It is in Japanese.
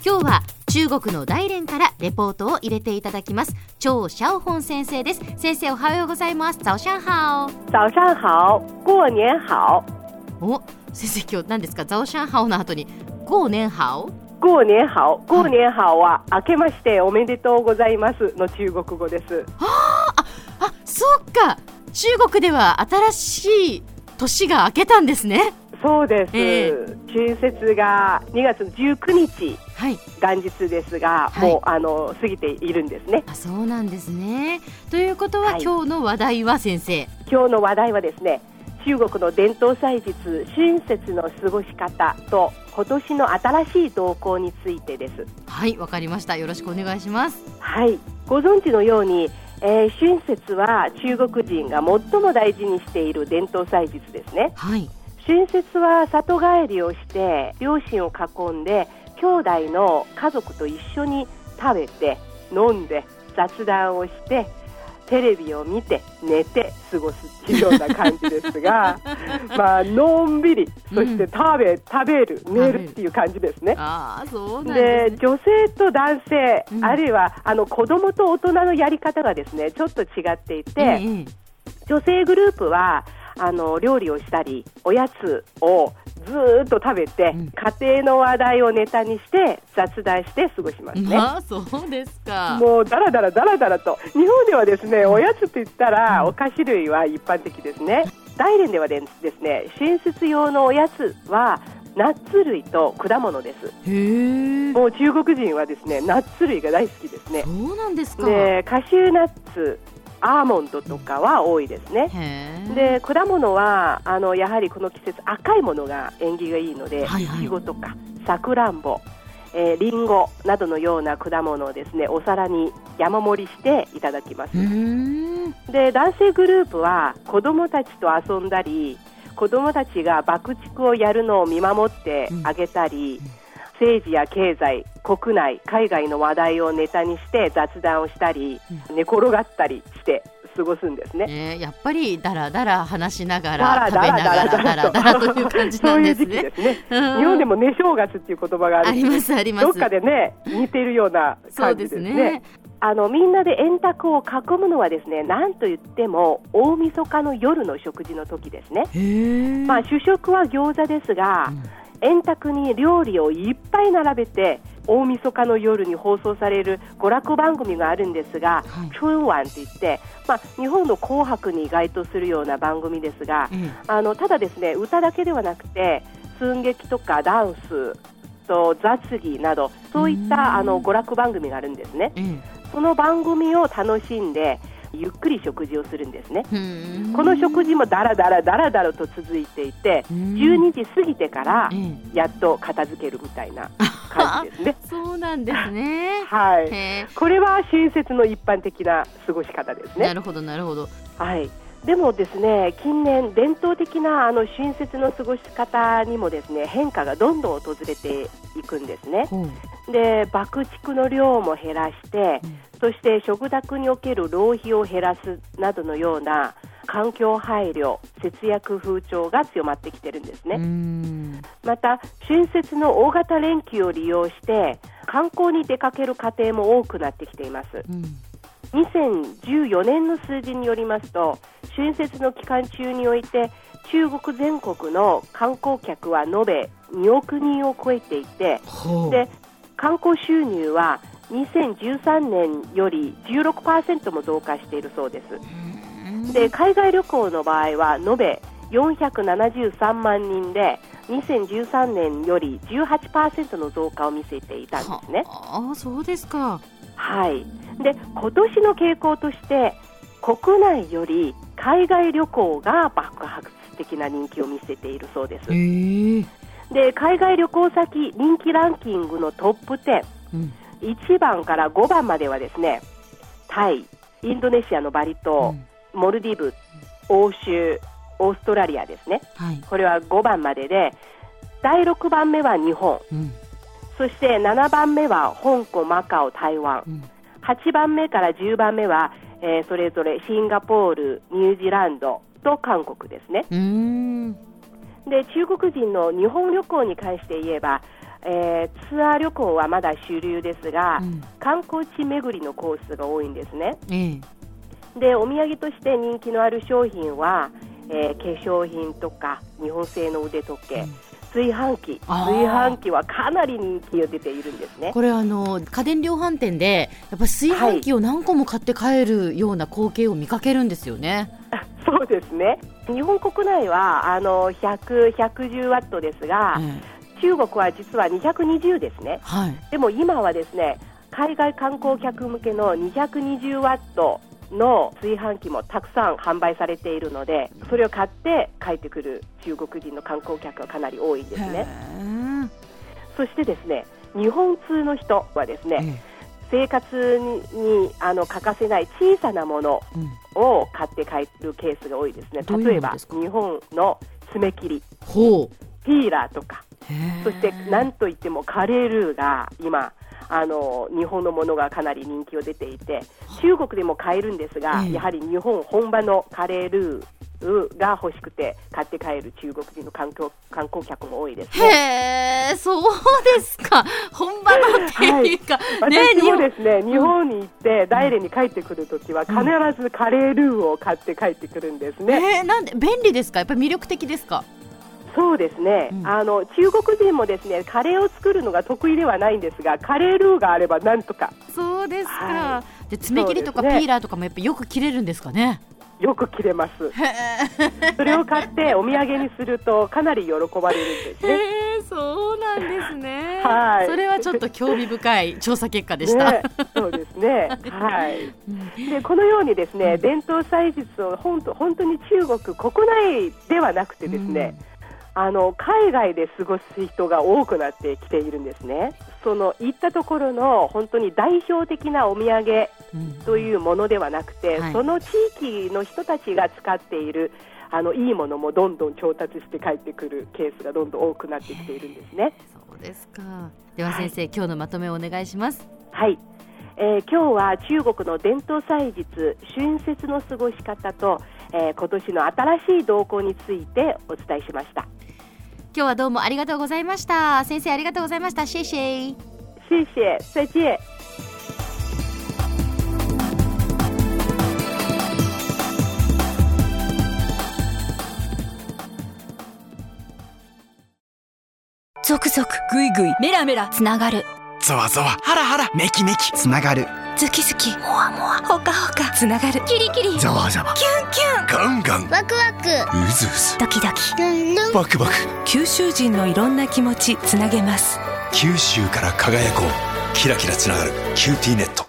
今日は中国の大連からレポートを入れていただきます張小本先生です。先生、おはようございます。早上好。 早上好。過年好。 お、先生、今日何ですか？早上好の後に過年好。 過年好。過年好は明けましておめでとうございますの中国語です。 そうか、中国では新しい年が明けたんですね。 そうです、春節が2月19日、 はい、 元日ですが、 はい、 もう過ぎているんですね。 そうなんですね。ということは、 はい、 今日の話題は先生。 今日の話題はですね、中国の伝統祭日春節の過ごし方と今年の新しい動向についてです。 はい、わかりました。よろしくお願いします。 はい、ご存知のように、春節は中国人が最も大事にしている伝統祭日ですね。 はい、 春節は里帰りをして両親を囲んで兄弟の家族と一緒に食べて飲んで雑談をしてテレビを見て寝て過ごすっていうような感じですがのんびり、そして食べる寝るっていう感じですね。 そうなんですね。 で、女性と男性、あるいは子供と大人のやり方がですねちょっと違っていて、女性グループは料理をしたりおやつをずーっと食べて、家庭の話題をネタにして雑談して過ごしますね。 そうですか。 もうダラダラと。日本ではですね、おやつといったらお菓子類は一般的ですね。大連ではですね、春節用のおやつはナッツ類と果物です。もう中国人はですね、ナッツ類が大好きですね。 そうなんですか。 で、カシューナッツ、アーモンドとかは多いですね。で、果物はやはりこの季節赤いものが縁起がいいので、いちごとかさくらんぼ、リンゴなどのような果物をですねお皿に山盛りしていただきます。で、男性グループは子どもたちと遊んだり、子どもたちが爆竹をやるのを見守ってあげたり、政治や経済、国内、海外の話題をネタにして雑談をしたり、寝転がったりして過ごすんですね。 やっぱりだらだら話しながら食べながらだらだらという感じなんですね。そういう時期ですね。日本でも寝正月っていう言葉がある。 ありますあります。 どっかでね似ているような感じですね。みんなで円卓を囲むのはですね、なんと言っても大晦日の夜の食事の時ですね。主食は餃子ですが、円卓に料理をいっぱい並べて大晦日の夜に放送される娯楽番組があるんですが、春晚といって、日本の紅白に該当するような番組ですが、ただですね、歌だけではなくて寸劇とかダンスと雑技などそういった娯楽番組があるんですね。その番組を楽しんでゆっくり食事をするんですね。この食事もダラダラと続いていて、12時過ぎてからやっと片付けるみたいな感じですね。 そうなんですね。 はい。これは春節の一般的な過ごし方ですね。 なるほどなるほど。 はい。でもですね、近年伝統的な春節の過ごし方にもですね変化がどんどん訪れていくんですね。で、爆竹の量も減らして、そして食卓における浪費を減らすなどのような環境配慮、節約風潮が強まってきてるんですね。また春節の大型連休を利用して観光に出かける家庭も多くなってきています。2014年の数字によりますと、春節の期間中において中国全国の観光客は延べ2億人を超えていて、で、観光収入は2013年より 16% も増加しているそうです。で、海外旅行の場合は延べ473万人で2013年より 18% の増加を見せていたんですね。 そうですか。 はい。で、今年の傾向として国内より海外旅行が爆発的な人気を見せているそうです。で、海外旅行先人気ランキングのトップ10、1番から5番まではですね、タイ、インドネシアのバリ島、モルディブ、欧州、オーストラリアですね。これは5番までで、第6番目は日本、そして7番目は香港、マカオ、台湾、8番目から10番目は、それぞれシンガポール、ニュージーランドと韓国ですね。 で中国人の日本旅行に関して言えば、ツアー旅行はまだ主流ですが、観光地巡りのコースが多いんですね。でお土産として人気のある商品は、化粧品とか日本製の腕時計、炊飯器はかなり人気が出ているんですね。 これ家電量販店でやっぱ炊飯器を何個も買って帰るような光景を見かけるんですよね。 そうですね。日本国内は110ワットですが、中国は実は220ですね。でも今はですね、海外観光客向けの220ワットの炊飯器もたくさん販売されているので、それを買って帰ってくる中国人の観光客がかなり多いんですね。そしてですね、日本通の人はですね、生活に欠かせない小さなものを買って帰るケースが多いですね。例えば日本の爪切り、ピーラーとか、そしてなんといってもカレールーが今日本のものがかなり人気を出ていて、中国でも買えるんですが、やはり日本本場のカレールーが欲しくて買って帰る中国人の観光客も多いですね。 そうですか。本場のっていうか、 私もですね、日本に行って大連に帰ってくるときは必ずカレールーを買って帰ってくるんですね。 なんで便利ですか？やっぱり魅力的ですか？ そうですね、中国人もですね、カレーを作るのが得意ではないんですが、カレールーがあればなんとか。 そうですか。で爪切りとかピーラーとかもやっぱよく切れるんですかね？ よく切れます。それを買ってお土産にするとかなり喜ばれるんですね。 そうなんですね。 それはちょっと興味深い調査結果でした。 そうですね。でこのようにですね、伝統祭日を本当に中国国内ではなくてですね、海外で過ごす人が多くなってきているんですね。その行ったところの本当に代表的なお土産というものではなくて、その地域の人たちが使っているいいものもどんどん調達して帰ってくるケースがどんどん多くなってきているんですね。 そうですか。では先生、今日のまとめをお願いします。 今日は中国の伝統祭日春節の過ごし方と、今年の新しい動向についてお伝えしました。 今日はどうもありがとうございました。先生ありがとうございました。谢谢。 谢谢。再见。 ゾクゾクグイグイメラメラつながる、 ゾワゾワハラハラメキメキつながる、 ズキズキモワモワホカホカつながる、キリキリザワザワキュンキュンガンガンワクワクウズウズドキドキルンルンバクバク、 九州人のいろんな気持ちつなげます。 九州から輝こう、キラキラつながるキューティーネット。